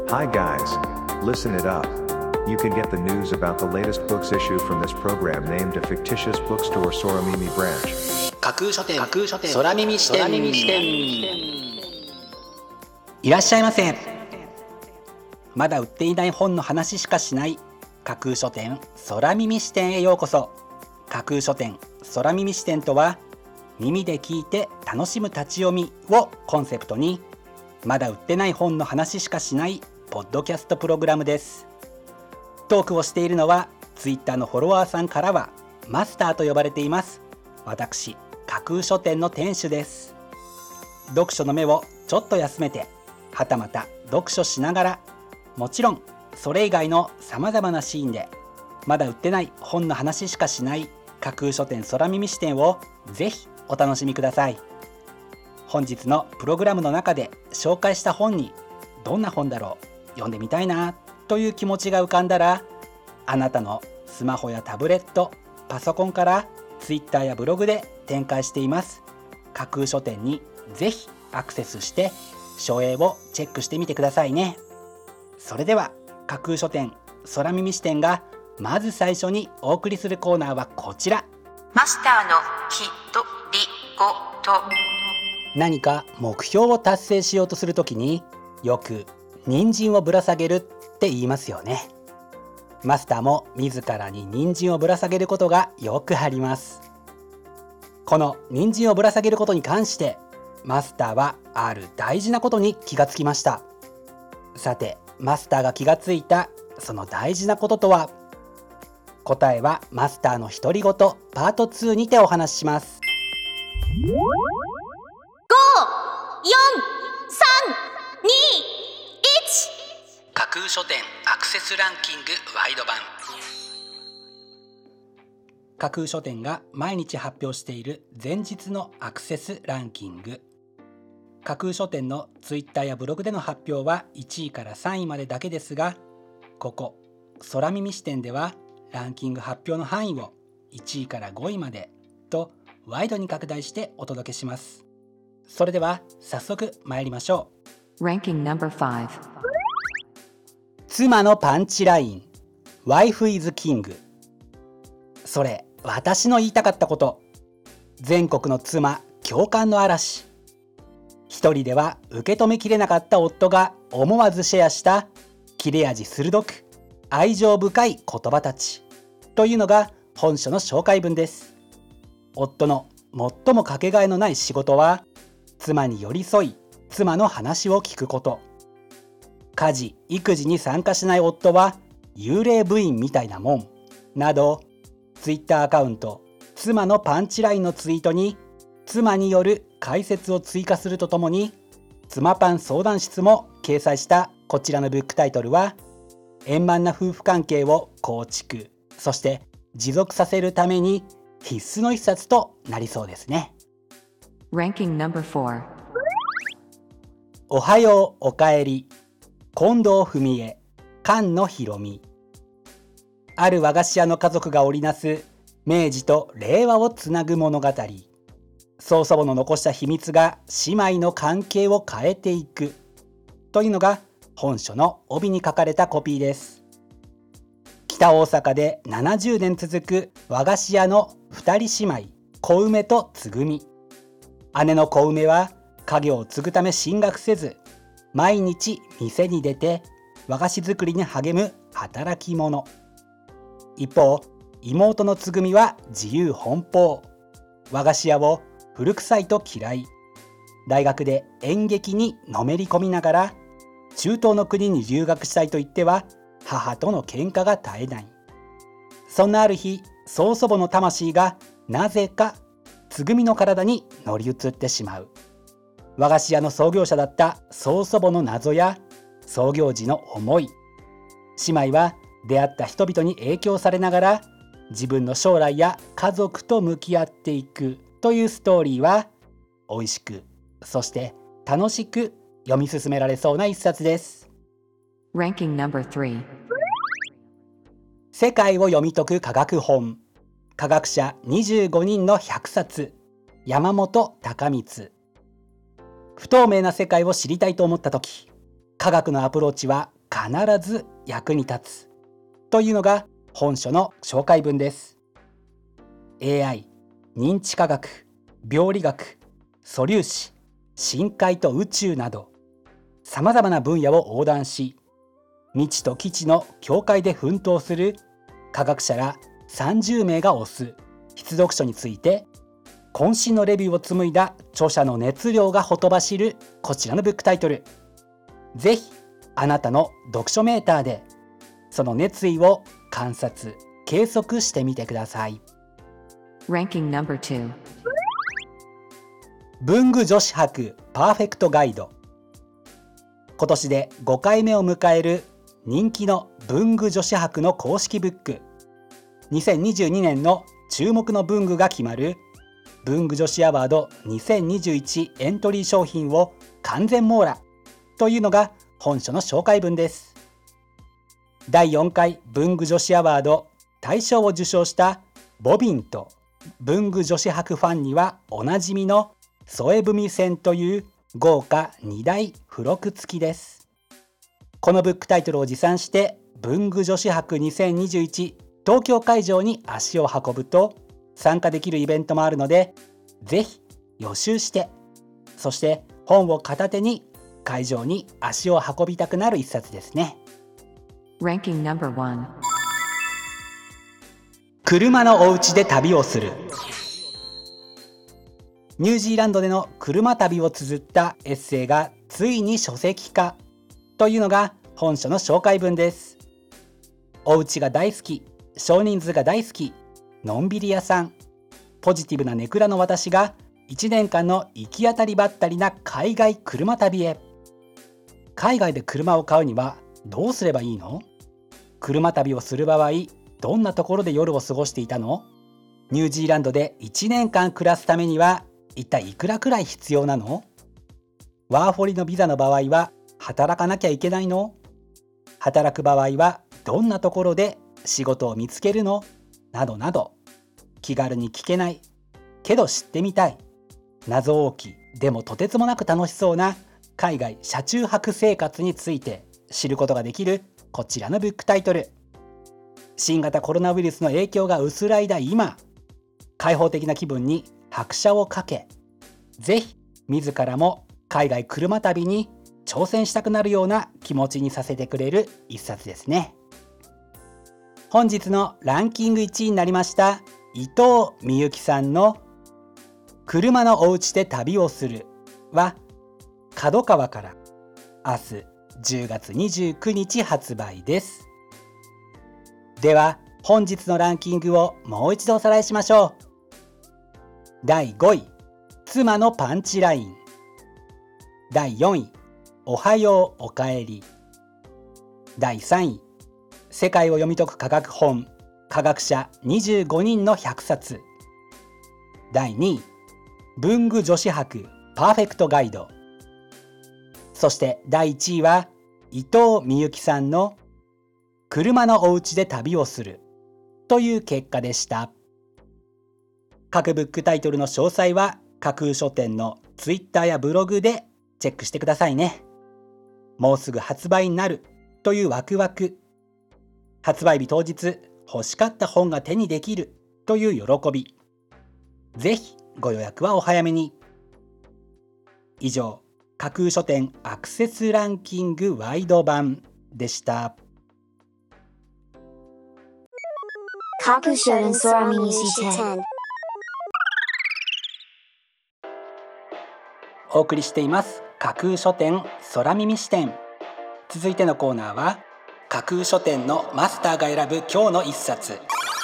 Hi guys, listen it up. You can get the news about the latest books issue from this program named a fictitious bookstore Soramimi branch. 架空書店空耳視点。いらっしゃいませ。まだ売っていない本の話しかしない架空書店空耳視点へようこそ。架空書店空耳視点とは、耳で聞いて楽しむ立ち読みをコンセプトに、まだ売ってない本の話しかしないポッドキャストプログラムです。トークをしているのはツイッターのフォロワーさんからはマスターと呼ばれています。私、架空書店の店主です。読書の目をちょっと休めて、はたまた読書しながら、もちろんそれ以外のさまざまなシーンでまだ売ってない本の話しかしない架空書店空耳視点をぜひお楽しみください。本日のプログラムの中で紹介した本に、どんな本だろう、読んでみたいなという気持ちが浮かんだら、あなたのスマホやタブレット、パソコンからツイッターやブログで展開しています架空書店にぜひアクセスして書影をチェックしてみてくださいね。それでは架空書店空耳視点がまず最初にお送りするコーナーはこちら。 マスターのひとりごと。 何か目標を達成しようとするときによく人参をぶら下げるって言いますよね。マスターも自らに人参をぶら下げることがよくあります。この人参をぶら下げることに関してマスターはある大事なことに気がつきました。さて、マスターが気がついたその大事なこととは。答えはマスターの独り言パート2にてお話しします。 5、4、3、2、1。 架空書店アクセスランキングワイド版。架空書店が毎日発表している前日のアクセスランキング。架空書店のツイッターやブログでの発表は1位から3位までだけですが、ここ空耳視点ではランキング発表の範囲を1位から5位までとワイドに拡大してお届けします。それでは早速参りましょう。 Ranking No.5。 妻のパンチライン Wife is King。 それ私の言いたかったこと。全国の妻共感の嵐。一人では受け止めきれなかった夫が思わずシェアした切れ味鋭く愛情深い言葉たちというのが本書の紹介文です。夫の最もかけがえのない仕事は妻に寄り添い、妻の話を聞くこと。家事・育児に参加しない夫は幽霊部員みたいなもんなど、ツイッターアカウント妻のパンチラインのツイートに妻による解説を追加するとともに、妻パン相談室も掲載したこちらのブックタイトルは、円満な夫婦関係を構築、そして持続させるために必須の一冊となりそうですね。 Ranking No.4。 おはようおかえり近藤文江、菅野博美。ある和菓子屋の家族が織りなす明治と令和をつなぐ物語。曽祖母の残した秘密が姉妹の関係を変えていくというのが本書の帯に書かれたコピーです。北大阪で70年続く和菓子屋の2人姉妹、小梅とつぐみ。姉の小梅は家業を継ぐため進学せず、毎日店に出て和菓子作りに励む働き者。一方、妹のつぐみは自由奔放。和菓子屋を古臭いと嫌い。大学で演劇にのめり込みながら、中東の国に留学したいと言っては母との喧嘩が絶えない。そんなある日、曽祖母の魂がなぜかつぐみの体に乗り移ってしまう。和菓子屋の創業者だった曽祖母の謎や創業時の思い。姉妹は出会った人々に影響されながら自分の将来や家族と向き合っていくというストーリーは、美味しく、そして楽しく読み進められそうな一冊です。 Ranking No.3。 世界を読み解く科学本。科学者25人の100冊。山本孝光。不透明な世界を知りたいと思ったとき、科学のアプローチは必ず役に立つというのが本書の紹介文です。 AI、認知科学、病理学、素粒子、深海と宇宙などさまざまな分野を横断し、未知と基地の境界で奮闘する科学者ら30名が推す必読書について渾身のレビューを紡いだ著者の熱量がほとばしるこちらのブックタイトル。ぜひあなたの読書メーターでその熱意を観察・計測してみてください。 Ranking number 2. 文具女子博パーフェクトガイド。今年で5回目を迎える人気の文具女子博の公式ブック。2022年の注目の文具が決まる文具女子アワード2021エントリー商品を完全網羅というのが本書の紹介文です。第4回文具女子アワード大賞を受賞したボビンと文具女子博ファンにはおなじみの添文線という豪華2大付録付きです。このブックタイトルを持参して文具女子博2021東京会場に足を運ぶと参加できるイベントもあるので、ぜひ予習して、そして本を片手に会場に足を運びたくなる一冊ですね。 Ranking number 1. 車のお家で旅をする。ニュージーランドでの車旅を綴ったエッセイがついに書籍化というのが本書の紹介文です。お家が大好き、少人数が大好き、のんびり屋さん、ポジティブなネクラの私が1年間の行き当たりばったりな海外車旅へ。海外で車を買うにはどうすればいいの？車旅をする場合、どんなところで夜を過ごしていたの？ニュージーランドで1年間暮らすためには一体いくらくらい必要なの？ワーホリのビザの場合は働かなきゃいけないの？働く場合はどんなところで仕事を見つけるの？などなど、気軽に聞けないけど知ってみたい、謎多きでもとてつもなく楽しそうな海外車中泊生活について知ることができるこちらのブックタイトル。新型コロナウイルスの影響が薄らいだ今、開放的な気分に拍車をかけ、ぜひ自らも海外車旅に挑戦したくなるような気持ちにさせてくれる一冊ですね。本日のランキング1位になりました伊藤美由紀さんの車のお家で旅をするは角川から明日10月29日発売です。では本日のランキングをもう一度おさらいしましょう。第5位、妻のパンチライン。第4位、おはようおかえり。第3位、世界を読み解く科学本、科学者25人の100冊。第2位、文具女子博パーフェクトガイド。そして第1位は伊藤美由紀さんの車のお家で旅をするという結果でした。各ブックタイトルの詳細は架空書店のツイッターやブログでチェックしてくださいね。もうすぐ発売になるというワクワク、発売日当日欲しかった本が手にできるという喜び、ぜひご予約はお早めに。以上、架空書店アクセスランキングワイド版でした。 架空書店空耳視点。 お送りしています架空書店空耳視点。続いてのコーナーは架空書店のマスターが選ぶ今日の一冊。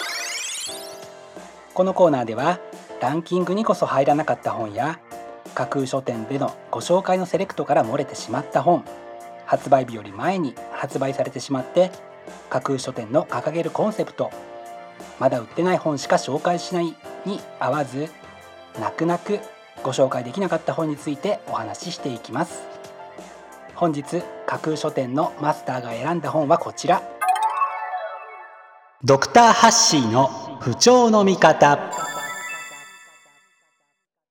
このコーナーではランキングにこそ入らなかった本や架空書店でのご紹介のセレクトから漏れてしまった本、発売日より前に発売されてしまって架空書店の掲げるコンセプト、まだ売ってない本しか紹介しないに合わず、泣く泣くご紹介できなかった本についてお話ししていきます。本日架空書店のマスターが選んだ本はこちら。ドクターハッシーの不調の見方。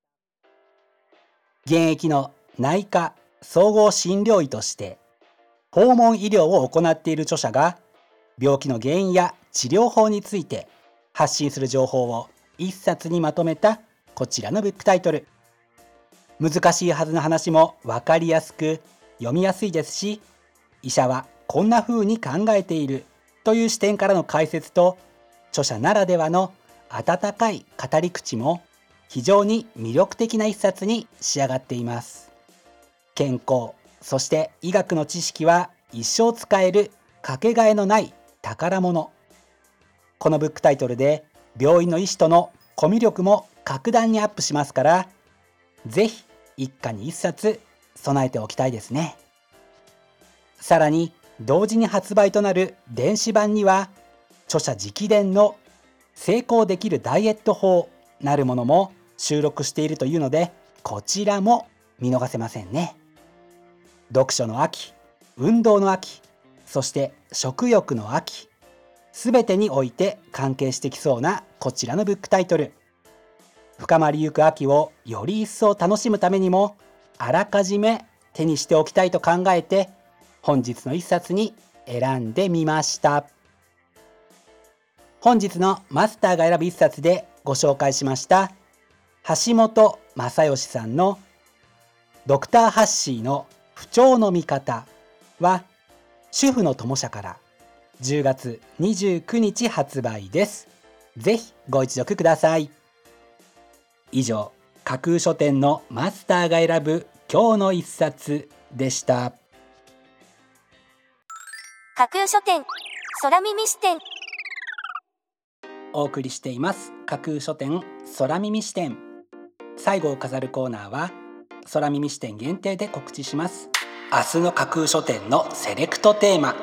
現役の内科総合診療医として訪問医療を行っている著者が病気の原因や治療法について発信する情報を一冊にまとめたこちらのブックタイトル。難しいはずの話も分かりやすく読みやすいですし、医者はこんな風に考えているという視点からの解説と、著者ならではの温かい語り口も非常に魅力的な一冊に仕上がっています。健康、そして医学の知識は一生使えるかけがえのない宝物。このブックタイトルで病院の医師とのコミュ力も格段にアップしますから、ぜひ一家に一冊備えておきたいですね。さらに同時に発売となる電子版には、著者直伝の成功できるダイエット法なるものも収録しているというので、こちらも見逃せませんね。読書の秋、運動の秋、そして食欲の秋、すべてにおいて関係してきそうなこちらのブックタイトル。深まりゆく秋をより一層楽しむためにも、あらかじめ手にしておきたいと考えて本日の一冊に選んでみました。本日のマスターが選ぶ一冊でご紹介しました橋本正義さんのドクターハッシーの不調の見方は、主婦の友社から10月29日発売です。ぜひご一読ください。以上、架空書店のマスターが選ぶ今日の一冊でした。 架空書店空耳視点。 お送りしています架空書店空耳視点。最後を飾るコーナーは空耳視点限定で告知します。明日の架空書店のセレクトテーマ。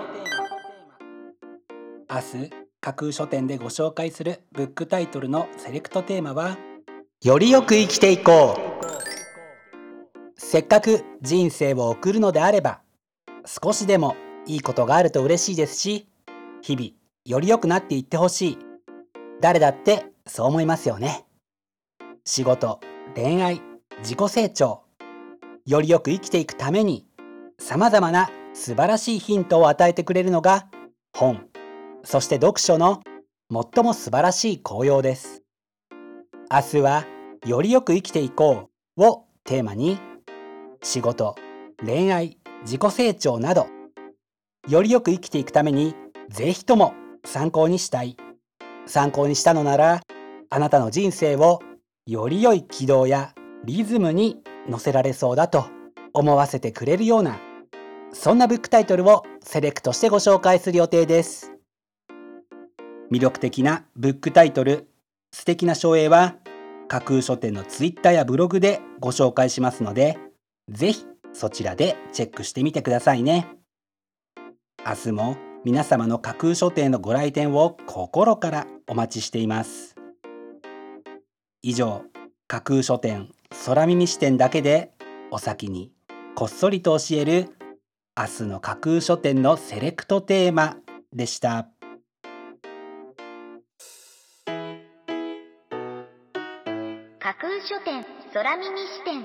明日架空書店でご紹介するブックタイトルのセレクトテーマは、よりよく生きていこう。せっかく人生を送るのであれば、少しでもいいことがあると嬉しいですし、日々より良くなっていってほしい。誰だってそう思いますよね。仕事、恋愛、自己成長、よりよく生きていくために様々な素晴らしいヒントを与えてくれるのが本、そして読書の最も素晴らしい効用です。明日はよりよく生きていこうをテーマに、仕事、恋愛、自己成長などよりよく生きていくためにぜひとも参考にしたい。参考にしたのなら、あなたの人生をより良い軌道やリズムに乗せられそうだと思わせてくれるような、そんなブックタイトルをセレクトしてご紹介する予定です。魅力的なブックタイトル、素敵な書影は架空書店のツイッターやブログでご紹介しますので、ぜひそちらでチェックしてみてくださいね。明日も皆様の架空書店のご来店を心からお待ちしています。以上、架空書店空耳視点だけでお先にこっそりと教える明日の架空書店のセレクトテーマでした。 架空書店空耳視点。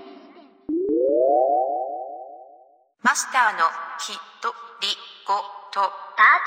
マスターのひとりごとパー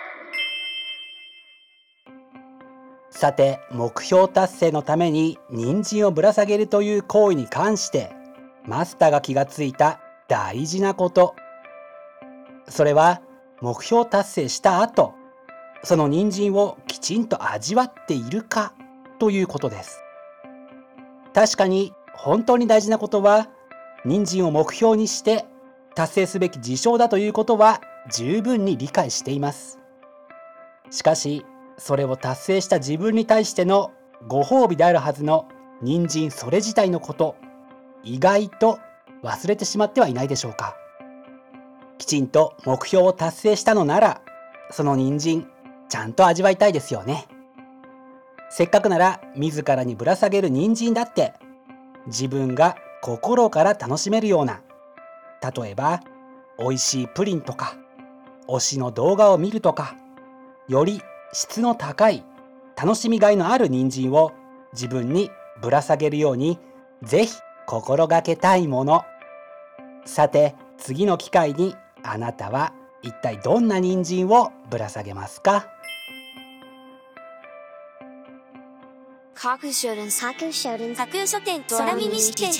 ト2。 さて、目標達成のために人参をぶら下げるという行為に関してマスターが気がついた大事なこと、それは目標達成した後、その人参をきちんと味わっているかということです。確かに本当に大事なことは、人参を目標にして達成すべき事象だということは十分に理解しています。しかし、それを達成した自分に対してのご褒美であるはずの人参それ自体のこと、意外と忘れてしまってはいないでしょうか。きちんと目標を達成したのなら、その人参ちゃんと味わいたいですよね。せっかくなら自らにぶら下げる人参だって、自分が心から楽しめるような、例えば美味しいプリンとか推しの動画を見るとか、より質の高い楽しみがいのある人参を自分にぶら下げるように、ぜひ心がけたいもの。さて、次の機会にあなたは一体どんな人参をぶら下げますか？ 架空書店空耳視点。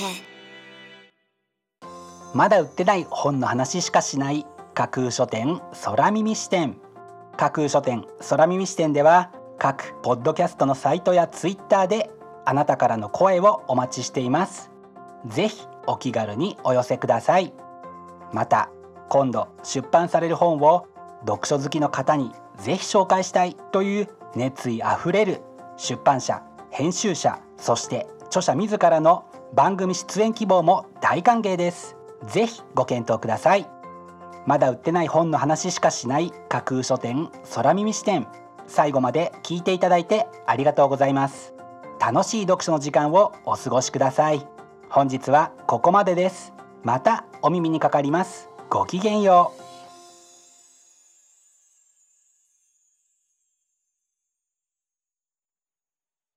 まだ売ってない本の話しかしない架空書店空耳視点。架空書店空耳視点では各ポッドキャストのサイトやツイッターであなたからの声をお待ちしています。ぜひお気軽にお寄せください。また今度出版される本を読書好きの方にぜひ紹介したいという熱意あふれる出版社、編集者、そして著者自らの番組出演希望も大歓迎です。ぜひご検討ください。まだ売ってない本の話しかしない架空書店空耳視点。最後まで聞いていただいてありがとうございます。楽しい読書の時間をお過ごしください。本日はここまでです。またお耳にかかります。ごきげんよう。